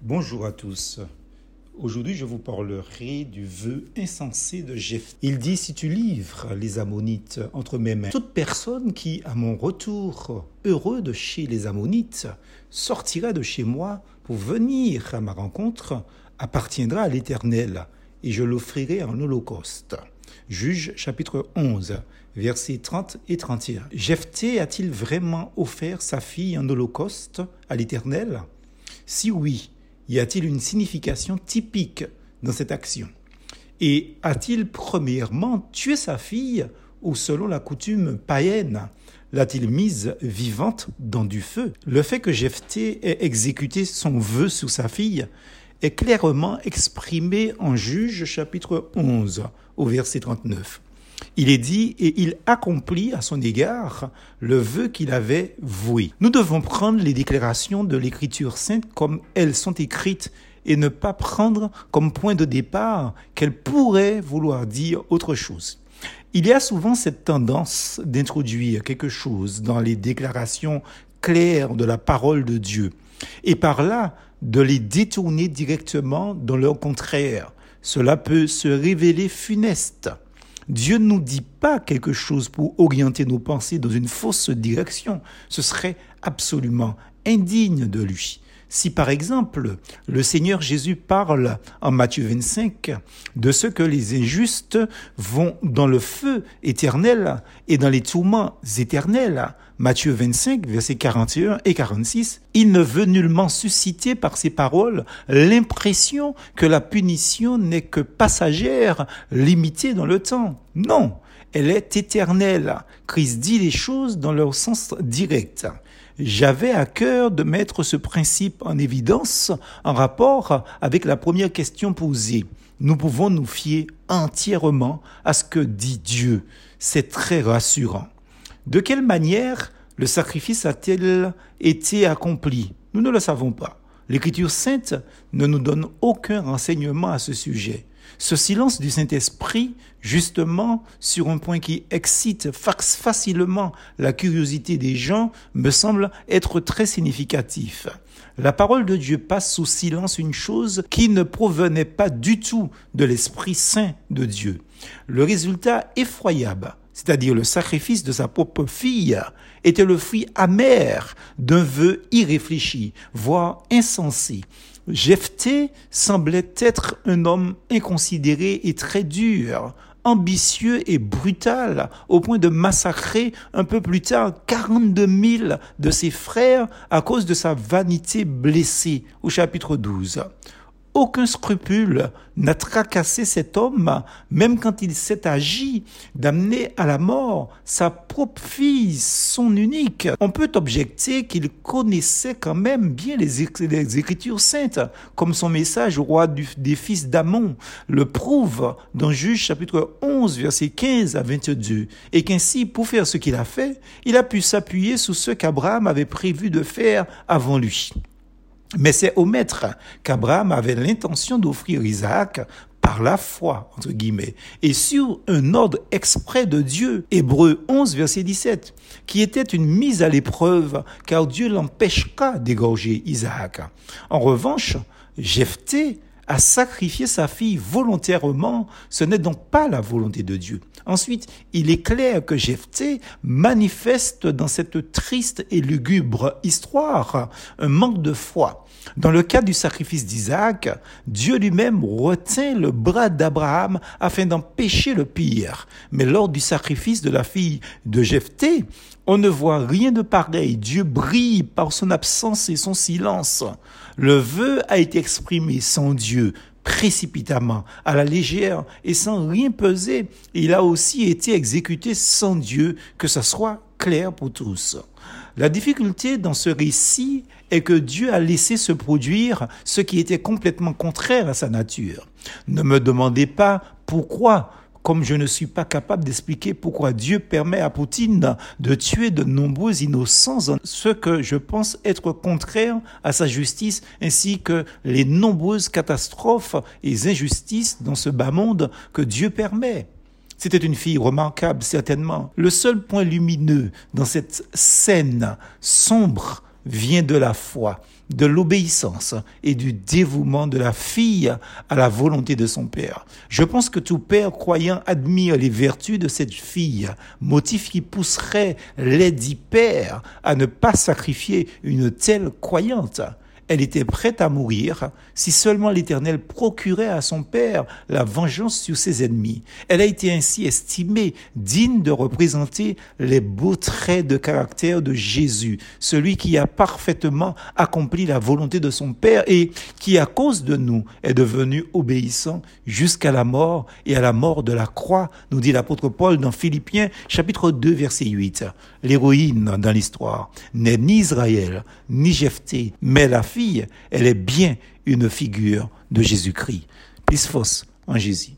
Bonjour à tous. Aujourd'hui, je vous parlerai du vœu insensé de Jephthé. Il dit, si tu livres les Ammonites entre mes mains, toute personne qui, à mon retour, heureux de chez les Ammonites, sortira de chez moi pour venir à ma rencontre, appartiendra à l'Éternel, et je l'offrirai en holocauste. Juge chapitre 11, versets 30 et 31. Jephthé a-t-il vraiment offert sa fille en holocauste à l'Éternel? Si oui, y a-t-il une signification typique dans cette action? Et a-t-il premièrement tué sa fille ou selon la coutume païenne, l'a-t-il mise vivante dans du feu? Le fait que Jephthé ait exécuté son vœu sur sa fille est clairement exprimé en Juge chapitre 11 au verset 39. Il est dit « et il accomplit à son égard le vœu qu'il avait voué ». Nous devons prendre les déclarations de l'Écriture sainte comme elles sont écrites et ne pas prendre comme point de départ qu'elles pourraient vouloir dire autre chose. Il y a souvent cette tendance d'introduire quelque chose dans les déclarations claires de la parole de Dieu et par là de les détourner directement dans leur contraire. Cela peut se révéler funeste. Dieu ne nous dit pas quelque chose pour orienter nos pensées dans une fausse direction. Ce serait absolument indigne de lui. Si par exemple, le Seigneur Jésus parle en Matthieu 25 de ce que les injustes vont dans le feu éternel et dans les tourments éternels, Matthieu 25, versets 41 et 46, il ne veut nullement susciter par ces paroles l'impression que la punition n'est que passagère, limitée dans le temps. Non, elle est éternelle. Christ dit les choses dans leur sens direct. J'avais à cœur de mettre ce principe en évidence en rapport avec la première question posée. Nous pouvons nous fier entièrement à ce que dit Dieu. C'est très rassurant. De quelle manière le sacrifice a-t-il été accompli? Nous ne le savons pas. L'Écriture sainte ne nous donne aucun renseignement à ce sujet. Ce silence du Saint-Esprit, justement, sur un point qui excite facilement la curiosité des gens, me semble être très significatif. La parole de Dieu passe sous silence une chose qui ne provenait pas du tout de l'Esprit Saint de Dieu. Le résultat effroyable, c'est-à-dire le sacrifice de sa propre fille, était le fruit amer d'un vœu irréfléchi, voire insensé. Jephthé semblait être un homme inconsidéré et très dur, ambitieux et brutal, au point de massacrer un peu plus tard 42 000 de ses frères à cause de sa vanité blessée, au chapitre 12. Aucun scrupule n'a tracassé cet homme, même quand il s'est agi d'amener à la mort sa propre fille, son unique. On peut objecter qu'il connaissait quand même bien les Écritures saintes, comme son message au roi des fils d'Ammon le prouve dans Juge chapitre 11, versets 15 à 22, et qu'ainsi, pour faire ce qu'il a fait, il a pu s'appuyer sur ce qu'Abraham avait prévu de faire avant lui. Mais c'est au maître qu'Abraham avait l'intention d'offrir Isaac par la foi, entre guillemets, et sur un ordre exprès de Dieu, Hébreux 11, verset 17, qui était une mise à l'épreuve, car Dieu l'empêchera d'égorger Isaac. En revanche, Jephthé a sacrifié sa fille volontairement, ce n'est donc pas la volonté de Dieu. Ensuite, il est clair que Jephthé manifeste dans cette triste et lugubre histoire un manque de foi. Dans le cas du sacrifice d'Isaac, Dieu lui-même retint le bras d'Abraham afin d'empêcher le pire. Mais lors du sacrifice de la fille de Jephthé, on ne voit rien de pareil. Dieu brille par son absence et son silence. Le vœu a été exprimé sans Dieu, précipitamment, à la légère et sans rien peser. Il a aussi été exécuté sans Dieu, que ce soit clair pour tous. La difficulté dans ce récit est que Dieu a laissé se produire ce qui était complètement contraire à sa nature. Ne me demandez pas pourquoi, comme je ne suis pas capable d'expliquer pourquoi Dieu permet à Poutine de tuer de nombreux innocents, ce que je pense être contraire à sa justice, ainsi que les nombreuses catastrophes et injustices dans ce bas monde que Dieu permet. C'était une fille remarquable, certainement. Le seul point lumineux dans cette scène sombre vient de la foi, de l'obéissance et du dévouement de la fille à la volonté de son père. Je pense que tout père croyant admire les vertus de cette fille, motif qui pousserait les dix pères à ne pas sacrifier une telle croyante. Elle était prête à mourir si seulement l'Éternel procurait à son père la vengeance sur ses ennemis. Elle a été ainsi estimée digne de représenter les beaux traits de caractère de Jésus, celui qui a parfaitement accompli la volonté de son Père et qui, à cause de nous, est devenu obéissant jusqu'à la mort et à la mort de la croix, nous dit l'apôtre Paul dans Philippiens chapitre 2 verset 8. L'héroïne dans l'histoire n'est ni Israël, ni Jephthé, mais la fille, elle est bien une figure de Jésus-Christ. Pisphos en Jésus.